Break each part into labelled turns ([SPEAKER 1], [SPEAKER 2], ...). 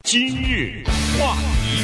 [SPEAKER 1] 今日话题，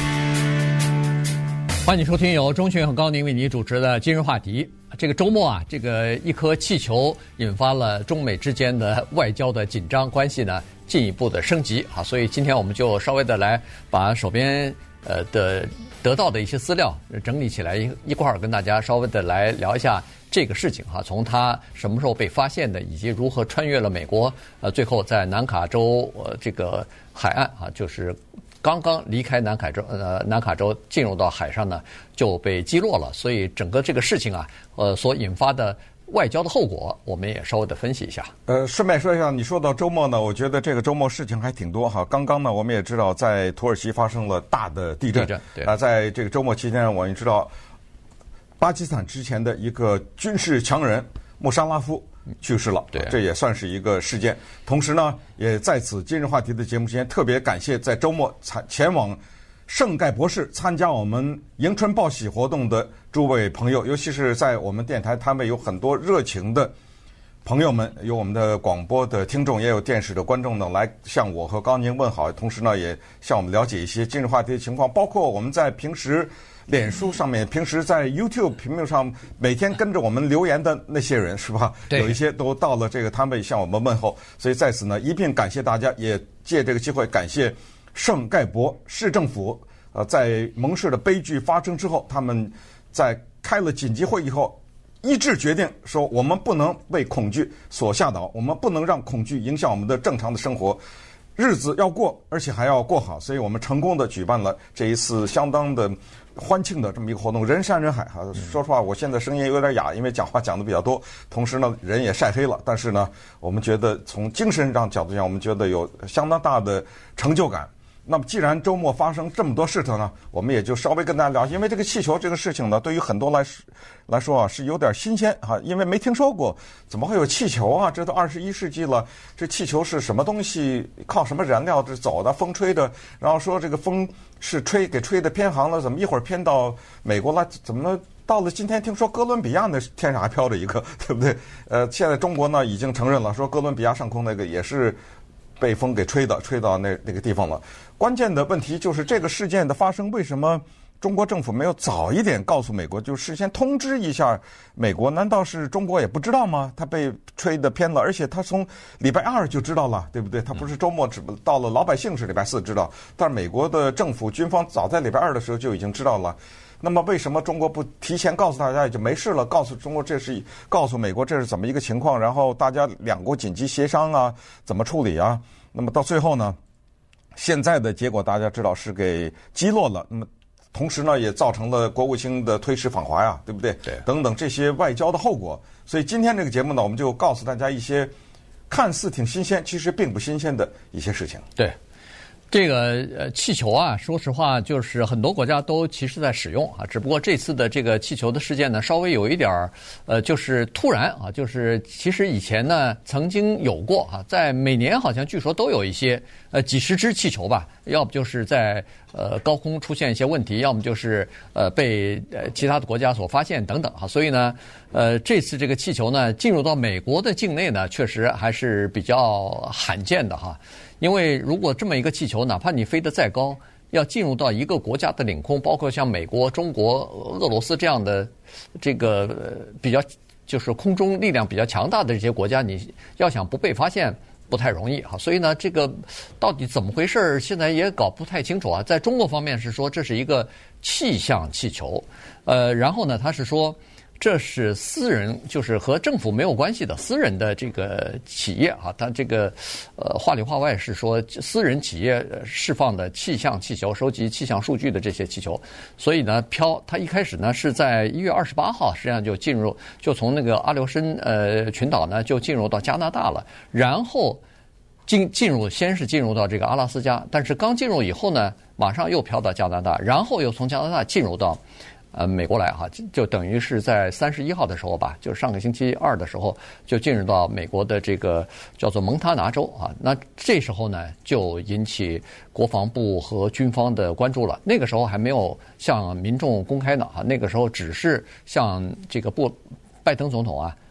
[SPEAKER 2] 欢迎收听由钟迅和高宁为你主持的今日话题。这个周末啊，这个一颗气球引发了中美之间的外交的紧张关系呢进一步的升级啊，所以今天我们就稍微的来把手边得到的一些资料整理起来一块儿跟大家稍微的来聊一下这个事情哈，从它什么时候被发现的，以及如何穿越了美国，最后在南卡州这个海岸啊，就是刚刚离开南卡州进入到海上呢，就被击落了。所以整个这个事情啊，所引发的外交的后果，我们也稍微的分析一下。
[SPEAKER 3] 顺便说一下，你说到周末呢，我觉得这个周末事情还挺多哈。刚刚呢，我们也知道在土耳其发生了大的地震。
[SPEAKER 2] 对
[SPEAKER 3] 在这个周末期间，我们知道巴基斯坦之前的一个军事强人穆沙拉夫去世了，
[SPEAKER 2] 对，
[SPEAKER 3] 这也算是一个事件。同时呢，也在此今日话题的节目之前，特别感谢在周末前往圣盖博士参加我们迎春报喜活动的诸位朋友，尤其是在我们电台，他们有很多热情的朋友们，有我们的广播的听众，也有电视的观众呢，来向我和高宁问好，同时呢，也向我们了解一些今日话题的情况，包括我们在平时脸书上面，平时在 YouTube 屏幕上每天跟着我们留言的那些人，是吧？
[SPEAKER 2] 对，
[SPEAKER 3] 有一些都到了这个，他们向我们问候，所以在此呢，一并感谢大家，也借这个机会感谢圣盖博市政府。在蒙氏的悲剧发生之后，他们在开了紧急会议后，一致决定说，我们不能被恐惧所吓倒，我们不能让恐惧影响我们的正常的生活。日子要过，而且还要过好，所以我们成功的举办了这一次相当的欢庆的这么一个活动，人山人海哈。说实话，我现在声音有点哑，因为讲话讲的比较多，同时呢人也晒黑了。但是呢，我们觉得从精神上角度讲，我们觉得有相当大的成就感。那么既然周末发生这么多事情呢，我们也就稍微跟大家聊，因为这个气球这个事情呢，对于很多来说啊是有点新鲜哈，因为没听说过，怎么会有气球啊？这都21世纪了，这气球是什么东西？靠什么燃料这走的？风吹的？然后说这个风是给吹的偏航了，怎么一会儿偏到美国了？怎么到了今天听说哥伦比亚那天上还飘着一个，对不对？现在中国呢已经承认了，说哥伦比亚上空那个也是被风给吹到那个地方了。关键的问题就是这个事件的发生，为什么中国政府没有早一点告诉美国，就事先通知一下美国？难道是中国也不知道吗？他被吹得偏了，而且他从礼拜2就知道了，对不对？他不是周末到了，老百姓是礼拜4知道，但是美国的政府军方早在礼拜2的时候就已经知道了。那么为什么中国不提前告诉大家也就没事了？告诉中国告诉美国这是怎么一个情况，然后大家两国紧急协商啊，怎么处理啊？那么到最后呢，现在的结果大家知道是给击落了。那么同时呢，也造成了国务卿的推迟访华呀，对不对？
[SPEAKER 2] 对，
[SPEAKER 3] 等等这些外交的后果。所以今天这个节目呢，我们就告诉大家一些看似挺新鲜，其实并不新鲜的一些事情。
[SPEAKER 2] 对。这个气球啊，说实话，就是很多国家都其实在使用啊，只不过这次的这个气球的事件呢，稍微有一点就是突然啊，就是其实以前呢曾经有过啊，在每年好像据说都有一些几十只气球吧，要不就是在高空出现一些问题，要么就是被其他的国家所发现等等哈，所以呢这次这个气球呢进入到美国的境内呢，确实还是比较罕见的哈。因为如果这么一个气球，哪怕你飞得再高，要进入到一个国家的领空，包括像美国、中国、俄罗斯这样的这个比较就是空中力量比较强大的这些国家，你要想不被发现不太容易哈。所以呢，这个到底怎么回事，现在也搞不太清楚啊。在中国方面是说这是一个气象气球，然后呢，他是说这是私人，就是和政府没有关系的私人的这个企业啊，它这个话里话外是说私人企业释放的气象气球，收集气象数据的这些气球，所以呢它一开始呢是在1月28号，实际上就从那个阿留申群岛呢就进入到加拿大了，然后先是进入到这个阿拉斯加，但是刚进入以后呢，马上又飘到加拿大，然后又从加拿大进入到美国来哈，就等于是在31号的时候吧，就是上个星期2的时候就进入到美国的这个叫做蒙塔拿州啊。那这时候呢，就引起国防部和军方的关注了。那个时候还没有向民众公开呢啊，那个时候只是向这个拜登总统啊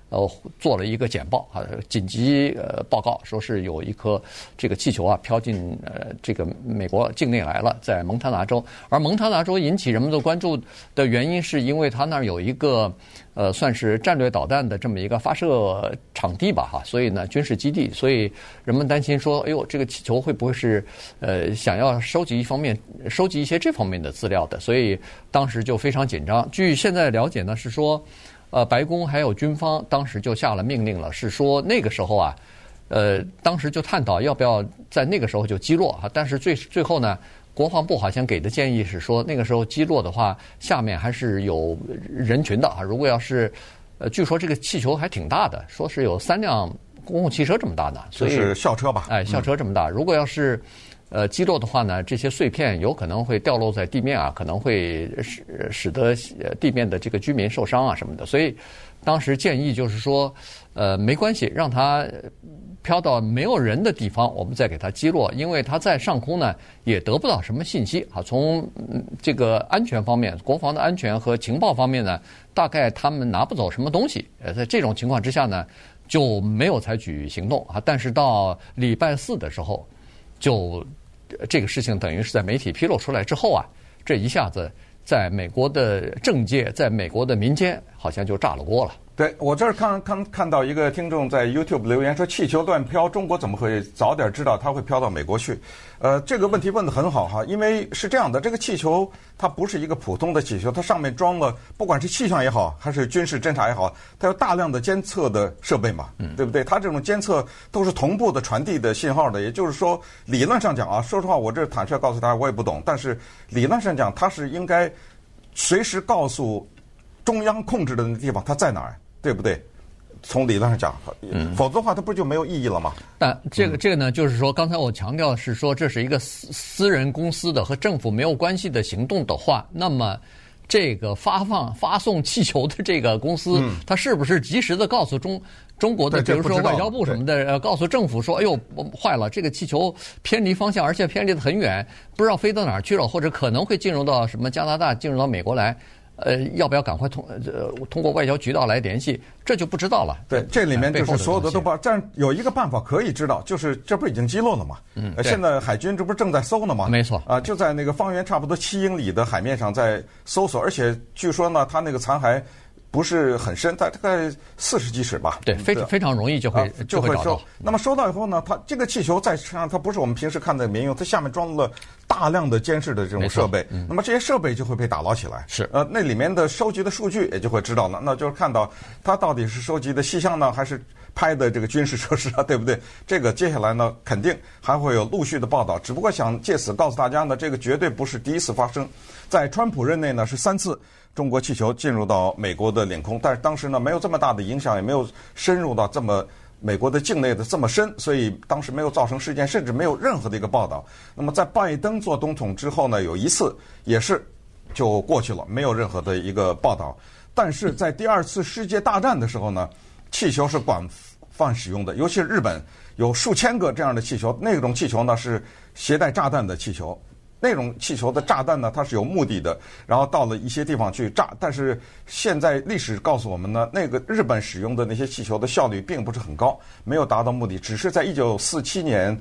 [SPEAKER 2] 做了一个简报啊，紧急报告，说是有一颗这个气球啊飘进这个美国境内来了，在蒙塔纳州。而蒙塔纳州引起人们的关注的原因，是因为它那儿有一个算是战略导弹的这么一个发射场地吧哈，所以呢军事基地，所以人们担心说，哎呦，这个气球会不会是想要收集一些这方面的资料的，所以当时就非常紧张。据现在了解呢，是说白宫还有军方当时就下了命令了，是说那个时候啊，当时就探讨要不要在那个时候就击落哈，但是最后呢，国防部好像给的建议是说，那个时候击落的话，下面还是有人群的啊。如果要是据说这个气球还挺大的，说是有3辆公共汽车这么大呢，所以
[SPEAKER 3] 就是校车吧？
[SPEAKER 2] 哎，校车这么大，如果要是击落的话呢，这些碎片有可能会掉落在地面啊，可能会使得地面的这个居民受伤啊什么的。所以当时建议就是说，没关系，让它飘到没有人的地方，我们再给它击落，因为它在上空呢也得不到什么信息啊。从这个安全方面，国防的安全和情报方面呢，大概他们拿不走什么东西。在这种情况之下呢，就没有采取行动啊。但是到礼拜4的时候，就这个事情等于是在媒体披露出来之后啊，这一下子在美国的政界，在美国的民间，好像就炸了锅了。
[SPEAKER 3] 对，我这儿看到一个听众在 YouTube 留言说，气球乱飘，中国怎么会早点知道它会飘到美国去？这个问题问得很好哈，因为是这样的，这个气球它不是一个普通的气球，它上面装了不管是气象也好，还是军事侦察也好，它有大量的监测的设备嘛，对不对？它这种监测都是同步的传递的信号的，也就是说，理论上讲啊，说实话，我这坦率告诉大家，我也不懂，但是理论上讲，它是应该随时告诉中央控制的那个地方它在哪儿。对不对？从理论上讲，否则的话，它不就没有意义了吗？
[SPEAKER 2] 但这个呢，就是说，刚才我强调是说，这是一个私人公司的和政府没有关系的行动的话，那么这个发送气球的这个公司，它是不是及时的告诉中国的，比如说外交部什么的，告诉政府说，哎呦，坏了，这个气球偏离方向，而且偏离得很远，不知道飞到哪儿去了，或者可能会进入到什么加拿大，进入到美国来。要不要赶快通过外交渠道来联系？这就不知道了。
[SPEAKER 3] 对，这里面就是所有的都不。但有一个办法可以知道，就是这不已经击落了吗？现在海军这不是正在搜呢吗？
[SPEAKER 2] 没错
[SPEAKER 3] 啊，就在那个方圆差不多7英里的海面上在搜索，而且据说呢，它那个残骸不是很深，大概40几尺吧。
[SPEAKER 2] 对，非常容易就会找到。
[SPEAKER 3] 那么收到以后呢，它这个气球在上，它不是我们平时看的民用，它下面装了大量的监视的这种设备。那么这些设备就会被打捞起来。
[SPEAKER 2] 是
[SPEAKER 3] 那里面的收集的数据也就会知道了。那就是看到它到底是收集的气象呢，还是拍的这个军事设施啊，对不对？这个接下来呢，肯定还会有陆续的报道。只不过想借此告诉大家呢，这个绝对不是第一次发生，在川普任内呢是3次。中国气球进入到美国的领空，但是当时呢没有这么大的影响，也没有深入到这么美国的境内的这么深，所以当时没有造成事件，甚至没有任何的一个报道。那么在拜登做总统之后呢，有一次也是就过去了，没有任何的一个报道。但是在第2次世界大战的时候呢，气球是广泛使用的，尤其是日本有数千个这样的气球，那种气球呢是携带炸弹的气球。那种气球的炸弹呢，它是有目的的，然后到了一些地方去炸。但是现在历史告诉我们呢，那个日本使用的那些气球的效率并不是很高，没有达到目的。只是在1945年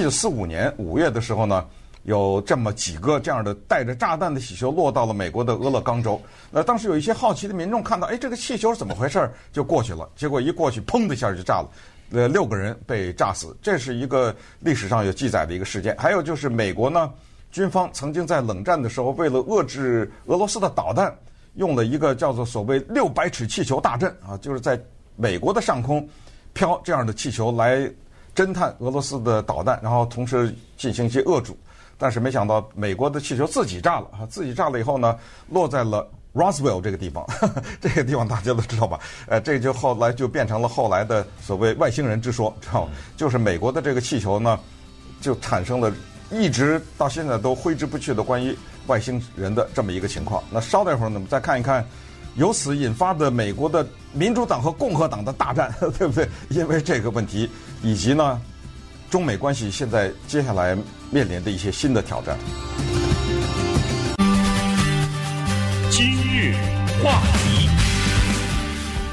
[SPEAKER 3] 5月的时候呢，有这么几个这样的带着炸弹的气球落到了美国的俄勒冈州。当时有一些好奇的民众看到，哎，这个气球是怎么回事，就过去了。结果一过去，砰的一下就炸了。6个人被炸死，这是一个历史上有记载的一个事件。还有就是美国呢，军方曾经在冷战的时候，为了遏制俄罗斯的导弹，用了一个叫做所谓600尺气球大阵啊，就是在美国的上空飘这样的气球来侦探俄罗斯的导弹，然后同时进行一些遏阻。但是没想到美国的气球自己炸了啊！自己炸了以后呢，落在了 Roswell 这个地方，这个地方大家都知道吧？这就后来就变成了后来的所谓外星人之说，知道吗？就是美国的这个气球呢，就产生了一直到现在都挥之不去的关于外星人的这么一个情况。那稍待会儿呢，我们再看一看由此引发的美国的民主党和共和党的大战，对不对？因为这个问题，以及呢，中美关系现在接下来面临的一些新的挑战。
[SPEAKER 1] 今日话题，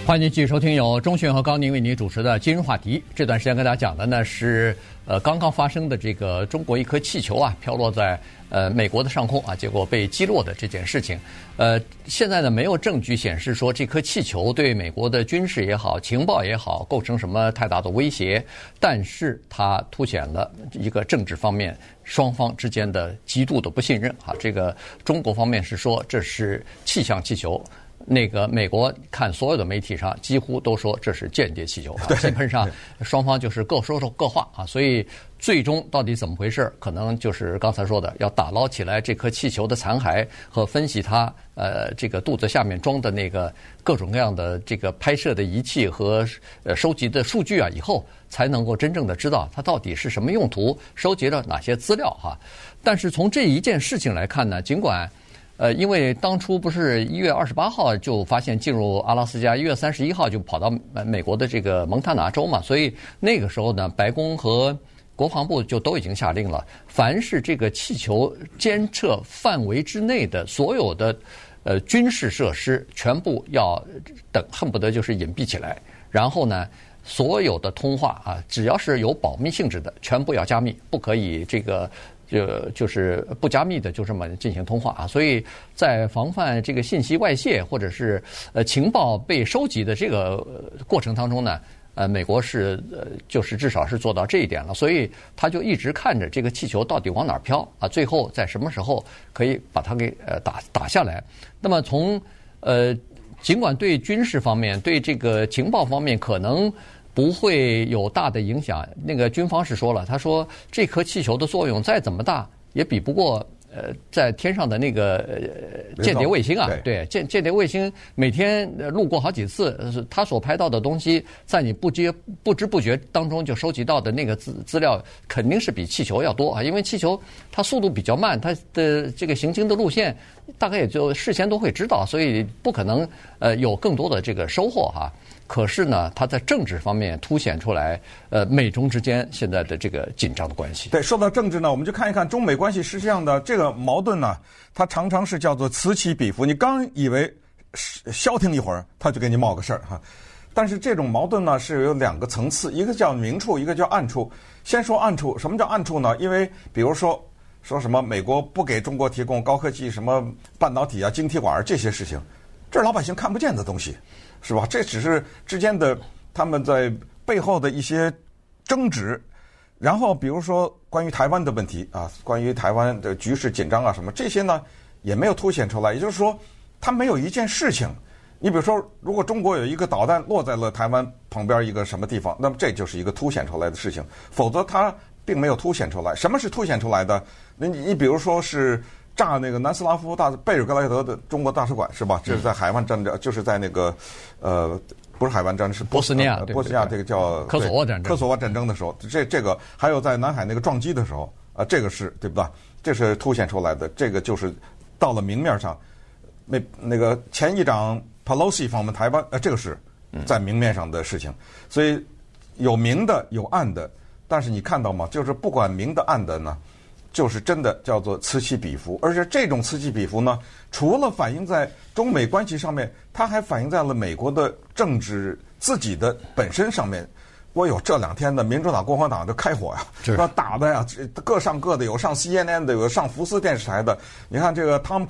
[SPEAKER 2] 欢迎继续收听由钟迅和高宁为您主持的今日话题。这段时间跟大家讲的呢是刚刚发生的这个中国一颗气球啊飘落在美国的上空啊，结果被击落的这件事情。现在呢没有证据显示说这颗气球对美国的军事也好、情报也好构成什么太大的威胁，但是它凸显了一个政治方面双方之间的极度的不信任啊。这个中国方面是说这是气象气球。那个美国看所有的媒体上几乎都说这是间谍气球啊，基本上双方就是各说各话啊，所以最终到底怎么回事，可能就是刚才说的要打捞起来这颗气球的残骸和分析它这个肚子下面装的那个各种各样的这个拍摄的仪器和收集的数据啊，以后才能够真正的知道它到底是什么用途，收集了哪些资料哈。但是从这一件事情来看呢，尽管因为当初不是1月28号就发现进入阿拉斯加，1月31号就跑到美国的这个蒙塔纳州嘛，所以那个时候呢，白宫和国防部就都已经下令了，凡是这个气球监测范围之内的所有的军事设施，全部要恨不得就是隐蔽起来，然后呢，所有的通话啊，只要是有保密性质的，全部要加密，不可以这个。就是不加密的就这么进行通话啊，所以在防范这个信息外泄或者是情报被收集的这个过程当中呢，美国是就是至少是做到这一点了，所以他就一直看着这个气球到底往哪儿飘啊，最后在什么时候可以把它给打下来。那么从尽管对军事方面、对这个情报方面可能不会有大的影响。那个军方是说了，他说这颗气球的作用再怎么大，也比不过在天上的那个间谍卫星啊。对，间谍卫星每天路过好几次，他所拍到的东西，在你不知不觉当中就收集到的那个资料，肯定是比气球要多啊。因为气球它速度比较慢，它的这个行经的路线大概也就事先都会知道，所以不可能有更多的这个收获哈。可是呢，它在政治方面凸显出来，美中之间现在的这个紧张的关系。
[SPEAKER 3] 对，说到政治呢，我们就看一看中美关系。实际上的这个矛盾呢，它常常是叫做此起彼伏。你刚以为消停一会儿，它就给你冒个事儿哈。但是这种矛盾呢是有两个层次，一个叫明处，一个叫暗处。先说暗处，什么叫暗处呢？因为比如说什么美国不给中国提供高科技，什么半导体啊、晶体管这些事情，这是老百姓看不见的东西。是吧？这只是之间的他们在背后的一些争执，然后比如说关于台湾的问题啊，关于台湾的局势紧张啊什么这些呢，也没有凸显出来。也就是说，它没有一件事情。你比如说，如果中国有一个导弹落在了台湾旁边一个什么地方，那么这就是一个凸显出来的事情。否则它并没有凸显出来。什么是凸显出来的？你比如说是炸那个南斯拉夫贝尔格莱德的中国大使馆是吧？这是在海湾战争，就是在那个不是海湾战争，是
[SPEAKER 2] 波斯尼亚
[SPEAKER 3] 这个叫
[SPEAKER 2] 科索沃战争
[SPEAKER 3] 的时候，这个还有在南海那个撞击的时候这个是对不对？这是凸显出来的，这个就是到了明面上，那个前议长 Pelosi 访问台湾，这个是在明面上的事情，所以有明的有暗的，但是你看到吗？就是不管明的暗的呢。就是真的叫做此起彼伏，而且这种此起彼伏呢，除了反映在中美关系上面，它还反映在了美国的政治自己的本身上面。这2天的民主党、共和党就开火呀，那打的呀，各上各的，有上 CNN 的，有上福斯电视台的。你看这个 Tom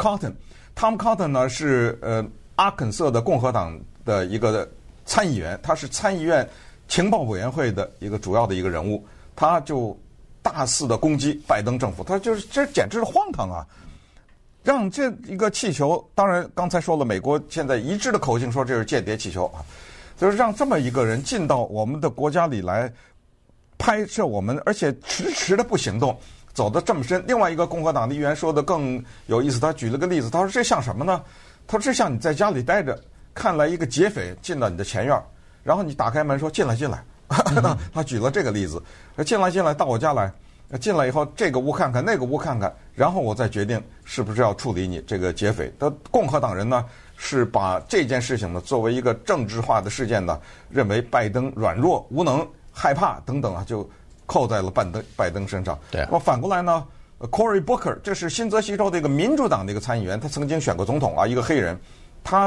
[SPEAKER 3] Cotton 呢是阿肯色的共和党的一个参议员，他是参议院情报委员会的一个主要的一个人物，他就大肆的攻击拜登政府，他就是这简直是荒唐啊！让这一个气球，当然刚才说了，美国现在一致的口径说这是间谍气球啊，就是让这么一个人进到我们的国家里来拍摄我们，而且迟迟的不行动，走得这么深。另外一个共和党的议员说的更有意思，他举了个例子，他说这像什么呢？他说这像你在家里待着，看来一个劫匪进到你的前院，然后你打开门说进来。他举了这个例子，进来到我家来，进来以后这个屋看看那个屋看看，然后我再决定是不是要处理你这个劫匪。共和党人呢是把这件事情呢作为一个政治化的事件呢，认为拜登软弱无能、害怕等等啊，就扣在了拜登身上。
[SPEAKER 2] 对。
[SPEAKER 3] 那么反过来呢 ，Cory Booker 这是新泽西州的一个民主党的一个参议员，他曾经选过总统啊，一个黑人，他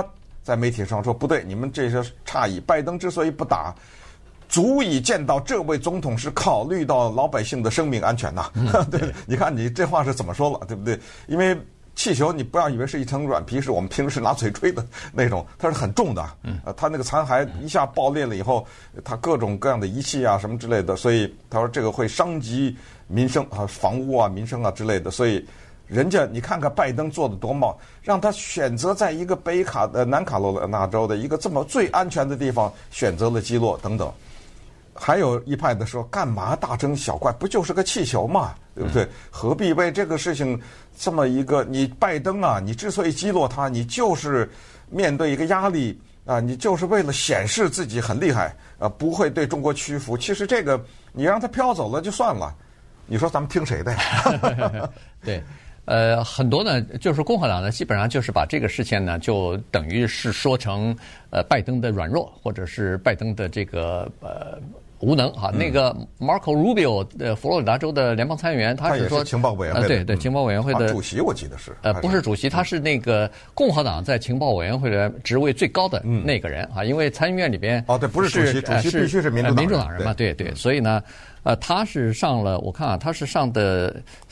[SPEAKER 3] 在媒体上说不对，你们这些诧异，拜登之所以不打，足以见到这位总统是考虑到老百姓的生命安全呐。对，你看你这话是怎么说了，对不对？因为气球你不要以为是一层软皮，是我们平时拿嘴吹的那种，它是很重的。它那个残骸一下爆裂了以后，它各种各样的仪器啊什么之类的，所以他说这个会伤及民生啊、房屋啊、民生啊之类的。所以人家你看看拜登做的多么，让他选择在一个南卡罗来纳州的一个这么最安全的地方选择了击落等等。还有一派的说，干嘛大惊小怪？不就是个气球嘛，对不对？何必为这个事情这么一个？你拜登啊，你之所以击落他，你就是面对一个压力啊，你就是为了显示自己很厉害啊，不会对中国屈服。其实这个你让他飘走了就算了，你说咱们听谁的呀？
[SPEAKER 2] 对。很多呢，就是共和党呢，基本上就是把这个事件呢，就等于是说成拜登的软弱，或者是拜登的这个无能哈。那个 Marco Rubio 佛罗里达州的联邦参议员，他是说
[SPEAKER 3] 情报委员会
[SPEAKER 2] 对情报委员会的
[SPEAKER 3] 主席，我记得是
[SPEAKER 2] 不是主席，他是那个共和党在情报委员会的职位最高的那个人啊，因因为参议院里边
[SPEAKER 3] 对，不是主席，主席必须是民主党
[SPEAKER 2] 人嘛，对，所以呢。他是上了，我看啊，他是上的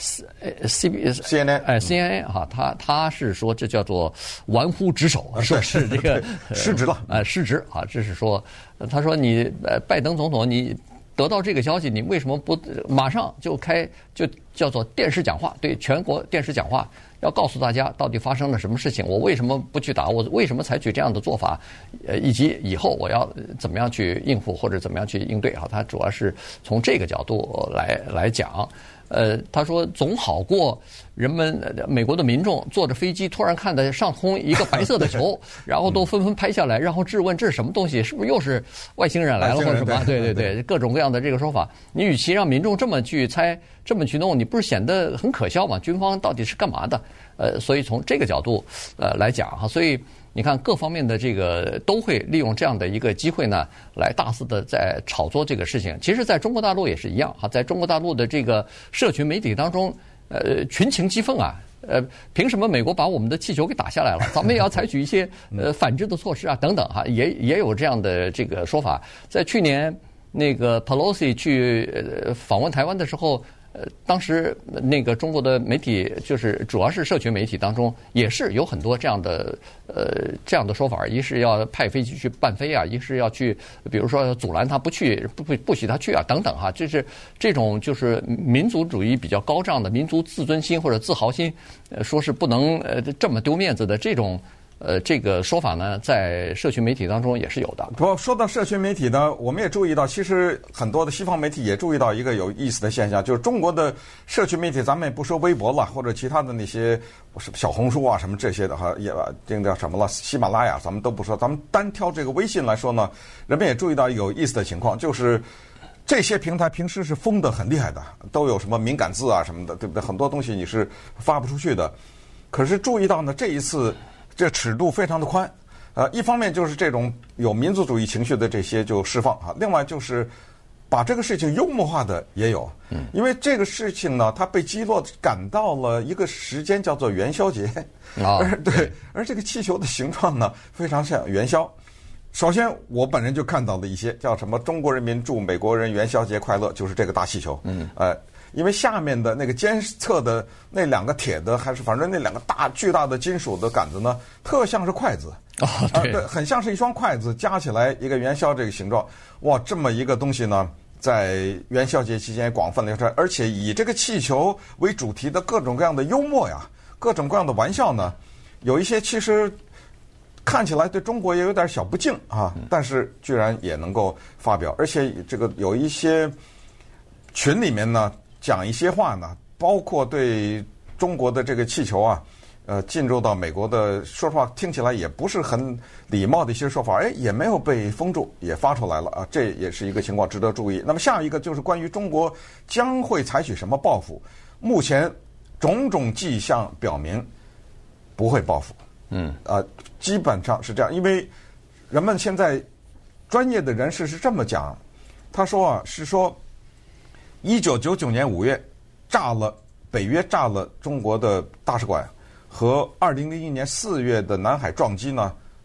[SPEAKER 2] CNN 哈，他是说这叫做玩忽职守，说是这个
[SPEAKER 3] 失职了，
[SPEAKER 2] 失职啊，这是说，他说你拜登总统你得到这个消息，你为什么不马上就叫做电视讲话，对全国电视讲话，要告诉大家到底发生了什么事情，我为什么不去打，我为什么采取这样的做法，以及以后我要怎么样去应付或者怎么样去应对啊？他主要是从这个角度来讲。他说总好过人们美国的民众坐着飞机突然看到上空一个白色的球，然后都纷纷拍下来，然后质问这是什么东西，是不是又是外星人来了或者什么？对，各种各样的这个说法。你与其让民众这么去猜，这么去弄，你不是显得很可笑吗？军方到底是干嘛的？所以从这个角度来讲哈，所以你看各方面的这个都会利用这样的一个机会呢，来大肆的在炒作这个事情。其实在中国大陆也是一样哈，在中国大陆的这个社群媒体当中，群情激愤啊，凭什么美国把我们的气球给打下来了，咱们也要采取一些反制的措施啊，等等哈，也有这样的这个说法。在去年那个 Pelosi 去访问台湾的时候。当时那个中国的媒体，就是主要是社群媒体当中，也是有很多这样的说法。一是要派飞机去伴飞啊，一是要去，比如说阻拦他不去，不许他去啊，等等哈。这是这种就是民族主义比较高涨的民族自尊心或者自豪心，说是不能这么丢面子的这种。这个说法呢，在社群媒体当中也是有的。
[SPEAKER 3] 不过说到社群媒体呢，我们也注意到，其实很多的西方媒体也注意到一个有意思的现象，就是中国的社群媒体，咱们也不说微博了，或者其他的那些小红书啊什么这些的哈，也这个叫什么了，喜马拉雅，咱们都不说，咱们单挑这个微信来说呢，人们也注意到有意思的情况，就是这些平台平时是封得很厉害的，都有什么敏感字啊什么的，对不对？很多东西你是发不出去的。可是注意到呢，这一次。这尺度非常的宽，一方面就是这种有民族主义情绪的这些就释放啊，另外就是把这个事情幽默化的也有，因为这个事情呢，它被击落赶到了一个时间叫做元宵节，而这个气球的形状呢非常像元宵。首先我本人就看到了一些叫什么中国人民祝美国人元宵节快乐，就是这个大气球，因为下面的那个监测的那两个铁的，还是反正那两个巨大的金属的杆子呢，特像是筷子对，很像是一双筷子夹起来一个元宵这个形状。哇，这么一个东西呢，在元宵节期间广泛流传，而且以这个气球为主题的各种各样的幽默呀，各种各样的玩笑呢，有一些其实看起来对中国也有点小不敬啊，但是居然也能够发表，而且这个有一些群里面呢。讲一些话呢，包括对中国的这个气球啊，进入到美国的，说实话听起来也不是很礼貌的一些说法，也没有被封住，也发出来了啊，这也是一个情况值得注意。那么下一个就是关于中国将会采取什么报复，目前种种迹象表明不会报复，基本上是这样，因为人们现在专业的人士是这么讲，他说啊，是说。1999年5月北约炸了中国的大使馆，和2001年4月的南海撞击呢，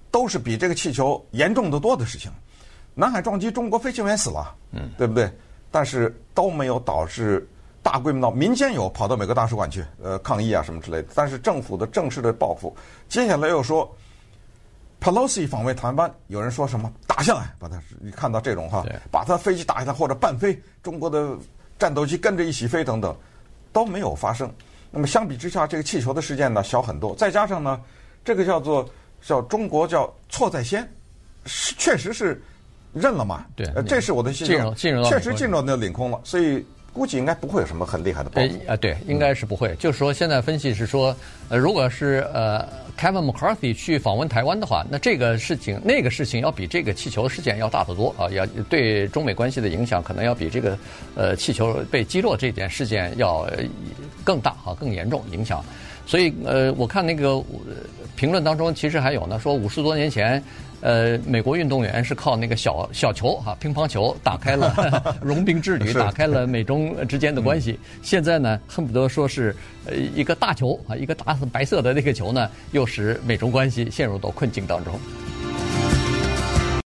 [SPEAKER 3] 都是比这个气球严重的多的事情。南海撞击，中国飞行员死了，对不对？但是都没有导致大规模到民间有跑到美国大使馆去抗议啊什么之类的，但是政府的正式的报复。接下来又说 Pelosi 访问台湾，有人说什么打下来，把它你看到这种哈，把他飞机打下来或者半飞，中国的战斗机跟着一起飞等等，都没有发生。那么相比之下，这个气球的事件呢小很多，再加上呢，这个叫中国叫错在先，确实是认了嘛？
[SPEAKER 2] 对，
[SPEAKER 3] 这是我的信息，确实进入那领空了，所以估计应该不会有什么很厉害的报复。
[SPEAKER 2] 对，应该是不会。就是说，现在分析是说，如果是Kevin McCarthy 去访问台湾的话，那那个事情要比这个气球事件要大得多啊，要对中美关系的影响可能要比这个气球被击落这件事件要更大啊，更严重影响。所以我看那个评论当中，其实还有呢，说50多年前。美国运动员是靠那个小球哈，乒乓球打开了融冰之旅，打开了美中之间的关系。现在呢，恨不得说是一个大球啊，一个大白色的那个球呢，又使美中关系陷入到困境当中。